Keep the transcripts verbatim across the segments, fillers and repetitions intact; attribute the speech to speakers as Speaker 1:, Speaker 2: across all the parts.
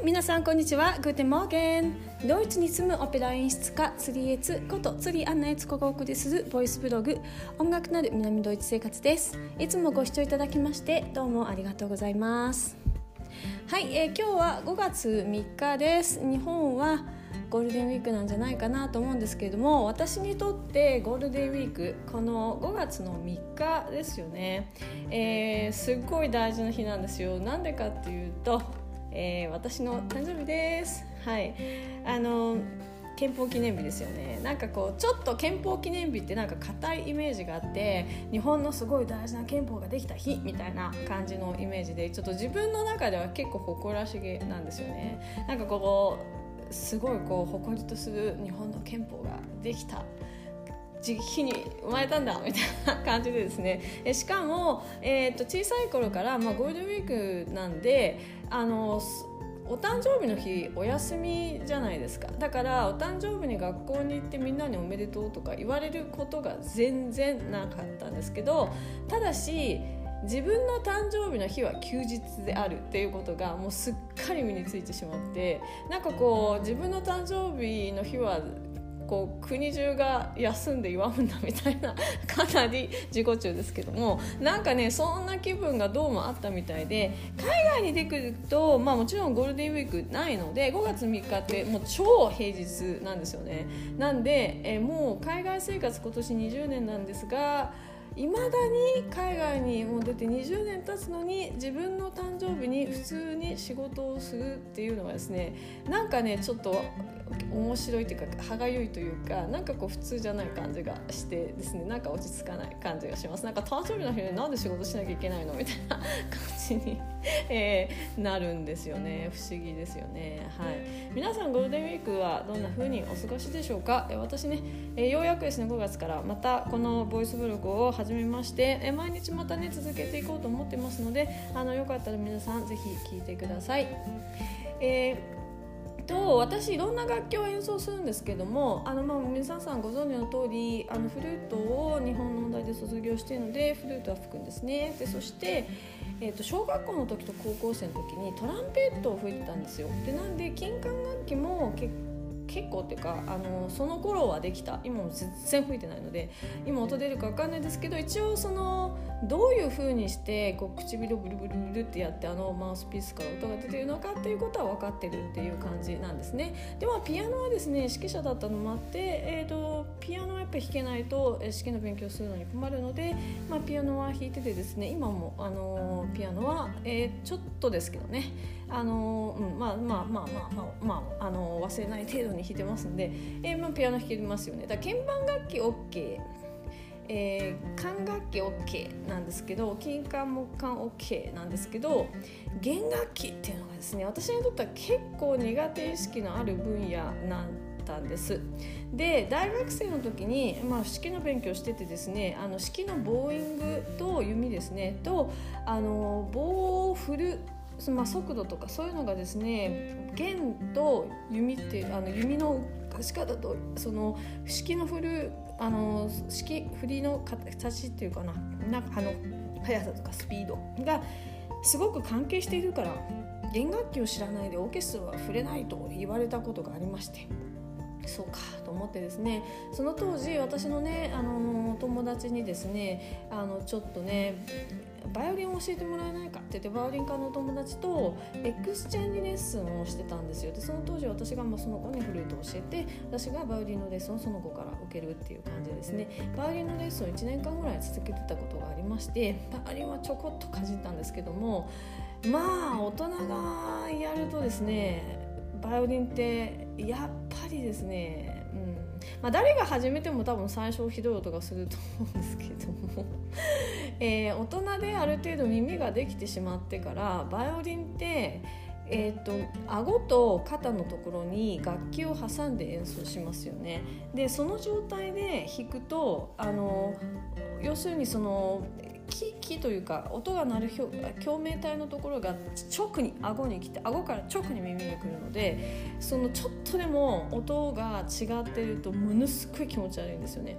Speaker 1: 皆さんこんにちは。グーテンモーゲン。ドイツに住むオペラ演出家釣りエツこと釣りアンナエツコがお送りするボイスブログ音楽なる南ドイツ生活です。いつもご視聴いただきましてどうもありがとうございます。はい、えー、今日はごがつみっかです。日本はゴールデンウィークなんじゃないかなと思うんですけれども、私にとってゴールデンウィークこのごがつのみっかですよね、えー、すっごい大事な日なんですよ。なんでかっていうと、えー、私の誕生日です。はい、あの憲法記念日ですよね。なんかこうちょっと憲法記念日ってなんか固いイメージがあって、日本のすごい大事な憲法ができた日みたいな感じのイメージで、ちょっと自分の中では結構誇らしげなんですよね。なんかこうすごいこう誇りとする日本の憲法ができた日に生まれたんだみたいな感じでですね、えしかも、えー、と小さい頃から、まあ、ゴールデンウィークなんで、あのお誕生日の日お休みじゃないですか。だからお誕生日に学校に行ってみんなにおめでとうとか言われることが全然なかったんですけど、ただし自分の誕生日の日は休日であるっていうことがもうすっかり身についてしまって、なんかこう自分の誕生日の日はこう国中が休んで祝うんだみたいなかなり自己中ですけども、なんかねそんな気分がどうもあったみたいで、海外に出てくると、まあ、もちろんゴールデンウィークないのでごがつみっかってもう超平日なんですよね。なんでえもう海外生活今年にじゅうねんなんですが、いまだに海外にもう出てにじゅうねん経つのに自分の誕生日に普通に仕事をするっていうのはですね、なんかねちょっと面白いというか歯がゆいというか、なんかこう普通じゃない感じがしてですね、なんか落ち着かない感じがします。なんか誕生日の日になんで仕事しなきゃいけないのみたいな感じに、えー、なるんですよね。不思議ですよね。はい、皆さんゴールデンウィークはどんな風にお過ごしでしょうか。え私ね、えー、ようやくですねごがつからまたこのボイスブログを始めまして、えー、毎日またね続けていこうと思ってますので、あのよかったら皆さんぜひ聞いてください。えーと私いろんな楽器を演奏するんですけども、あの、まあ、皆さんご存知の通り、あのフルートを日本の音大で卒業しているのでフルートは吹くんですね。でそして、えー、と小学校の時と高校生の時にトランペットを吹いてたんですよ。でなんで金管楽器も結構結構っていうか、あのその頃はできた。今も全然吹いてないので今音出るか分かんないですけど、一応そのどういう風にしてこう唇をブルブルブルってやってあのマウスピースから音が出ているのかっていうことは分かってるっていう感じなんですね。でもピアノはですね指揮者だったのもあって、えー、とピアノはやっぱり弾けないと指揮の勉強するのに困るので、まあ、ピアノは弾いててですね、今もあのピアノは、えー、ちょっとですけどね、あの、うん、まあまあまあまあまあ、まあ、あの忘れない程度に弾いてますんで、えーまあ、ピアノ弾けますよね。だから鍵盤楽器 OK、えー、管楽器 OK なんですけど、金管木管 OK なんですけど、弦楽器っていうのがですね私にとっては結構苦手意識のある分野なんたんです。で大学生の時に、まあ、指揮の勉強しててですね、あの指揮のボーイングと弓ですねと、あの棒を振るまあ、速度とかそういうのがですね、弦と弓っていうあの弓の出し方とその指揮の振るあの指揮振りの形っていうかな、なんかあの速さとかスピードがすごく関係しているから、弦楽器を知らないでオーケストラは振れないと言われたことがありまして、そうかと思ってですね、その当時私のねあの友達にですね、あのちょっとねバイオリンを教えてもらえないかって言って、バイオリン科の友達とエクスチェンジレッスンをしてたんですよ。でその当時私がまあその子にフルートを教えて、私がバイオリンのレッスンをその子から受けるっていう感じですね。バイオリンのレッスンをいちねんかんぐらい続けてたことがありまして、バイオリンはちょこっとかじったんですけども、まあ大人がやるとですね、バイオリンってやっぱりですね、うんまあ、誰が始めても多分最初ひどい音がすると思うんですけども、えー、大人である程度耳ができてしまってからバイオリンってえー、と顎と肩のところに楽器を挟んで演奏しますよね。でその状態で弾くと、あの要するにその木, 木というか音が鳴る共鳴体のところが直に顎に来て、顎から直に耳に来るので、そのちょっとでも音が違っているとものすごい気持ち悪いんですよね。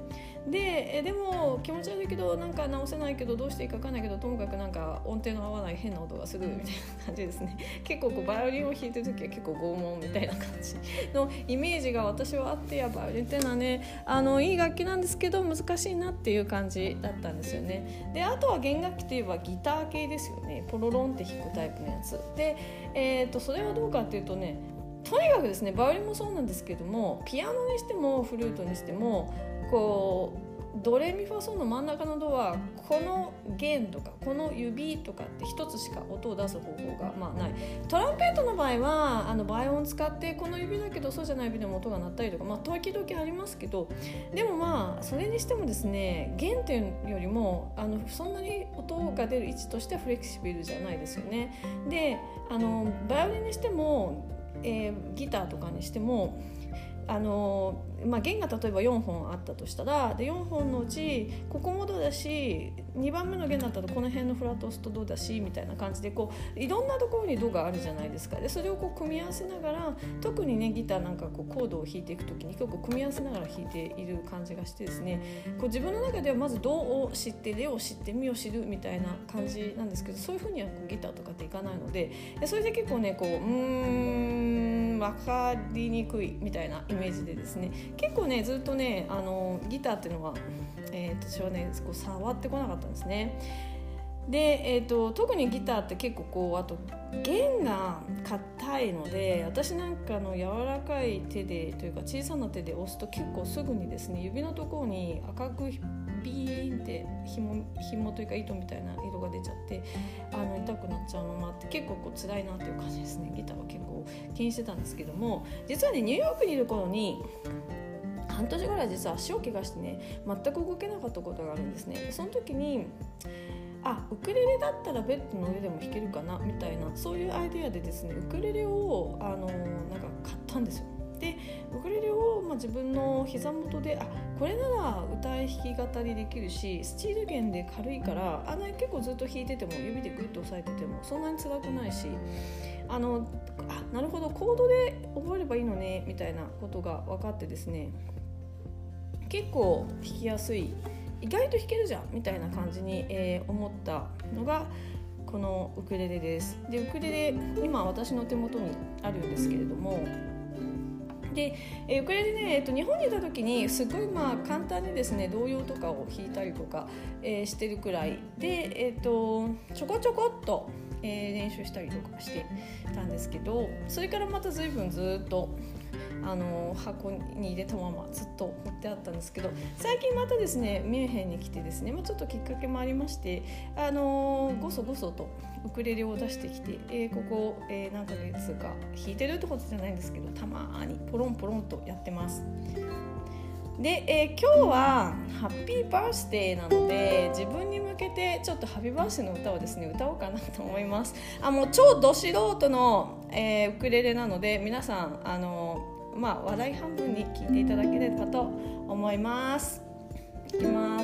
Speaker 1: ででも気持ち悪いけどなんか直せないけどどうしていいか分かんないけどともかくなんか音程の合わない変な音がするみたいな感じですね。結構こうバイオリンを弾いてる時は結構拷問みたいな感じのイメージが私はあって、やバイオリンっていうのはねあのいい楽器なんですけど難しいなっていう感じだったんですよね。であとは弦楽器といえばギター系ですよね。ポロロンって弾くタイプのやつで、えー、とそれはどうかっていうとね、とにかくですねバイオリンもそうなんですけどもピアノにしてもフルートにしてもこうドレミファソの真ん中のドはこの弦とかこの指とかって一つしか音を出す方法がまあない。トランペットの場合はあの倍音を使ってこの指だけどそうじゃない指でも音が鳴ったりとか、まあ、時々ありますけど、でもまあそれにしてもですね弦っていうよりもあのそんなに音が出る位置としてはフレキシビルじゃないですよね。であのバイオリンにしても、えー、ギターとかにしてもあのまあ、弦が例えばよんほんあったとしたらでよんほんのうちここもドだしにばんめの弦だったらこの辺のフラットを押すとドだしみたいな感じでこういろんなところにドがあるじゃないですか。でそれをこう組み合わせながら特にねギターなんかこうコードを弾いていくときに結構組み合わせながら弾いている感じがしてですね、こう自分の中ではまずドを知ってレを知ってミを知るみたいな感じなんですけど、そういう風にはこうギターとかっていかないので、でそれで結構ねこううーん分かりにくいみたいなイメージでですね、結構ねずっとねあのギターっていうのは、えー、私はねこう触ってこなかったんですね。で、えーと、特にギターって結構こうあと弦が硬いので、私なんかの柔らかい手でというか小さな手で押すと結構すぐにですね指のところに赤くビーンって紐紐というか糸みたいな色が出ちゃってあの痛くなっちゃうのもあって結構こう辛いなという感じですね。ギターは結構気にしてたんですけども、実はねニューヨークにいる頃に半年ぐらい実は足を怪我してね全く動けなかったことがあるんですね。その時にあウクレレだったらベッドの上でも弾けるかなみたいなそういうアイデアでですねウクレレをあのなんか買ったんですよ。でウクレレを、まあ、自分の膝元であこれなら歌い弾き語りできるしスチール弦で軽いからあの結構ずっと弾いてても指でグッと押さえててもそんなに辛くないしあのあなるほどコードで覚えればいいのねみたいなことが分かってですね結構弾きやすい意外と弾けるじゃんみたいな感じに、えー、思ったのがこのウクレレです。でウクレレ今私の手元にあるんですけれどもで、えー、ウクレレね、えー、と日本にいた時にすごいまあ簡単にですね童謡とかを弾いたりとか、えー、してるくらいで、えー、とちょこちょこっと、えー、練習したりとかしてたんですけど、それからまた随分ずっとあの箱に入れたままずっと持ってあったんですけど、最近またですねミュンヘンに来てですね、まあ、ちょっときっかけもありましてあのごそごそとウクレレを出してきて、えー、ここ、えー、何ヶ月か弾いてるってことじゃないんですけどたまにポロンポロンとやってます。で、えー、今日はハッピーバースデーなので自分に向けてちょっとハッピーバースデーの歌をですね歌おうかなと思います。あもう超ど素人の、えー、ウクレレなので皆さんあのまあ笑い半分に聞いていただければと思います。いきます。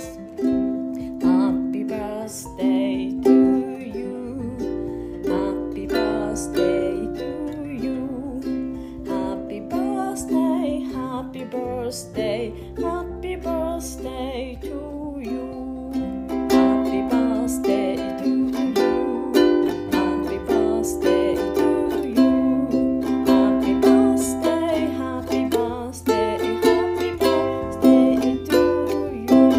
Speaker 1: Happy birthday to you Happy birthday to you Happy birthday Happy birthday Happy birthday to you Happy birthday to you Happy birthday to you Happy birthday Happy birthday Happy birthday to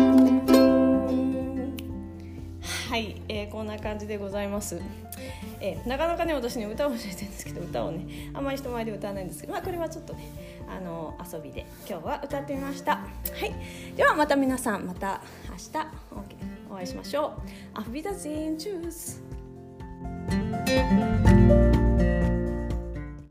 Speaker 1: you はい、えー、こんな感じでございます。えー、なかなかね私ね歌を教えてるんですけど歌をねあんまり人前で歌わないんですけど、まあこれはちょっとねあの遊びで今日は歌ってみました。はい、ではまた皆さんまた明日お会いしましょう。Auf Wiedersehen, Tschüss。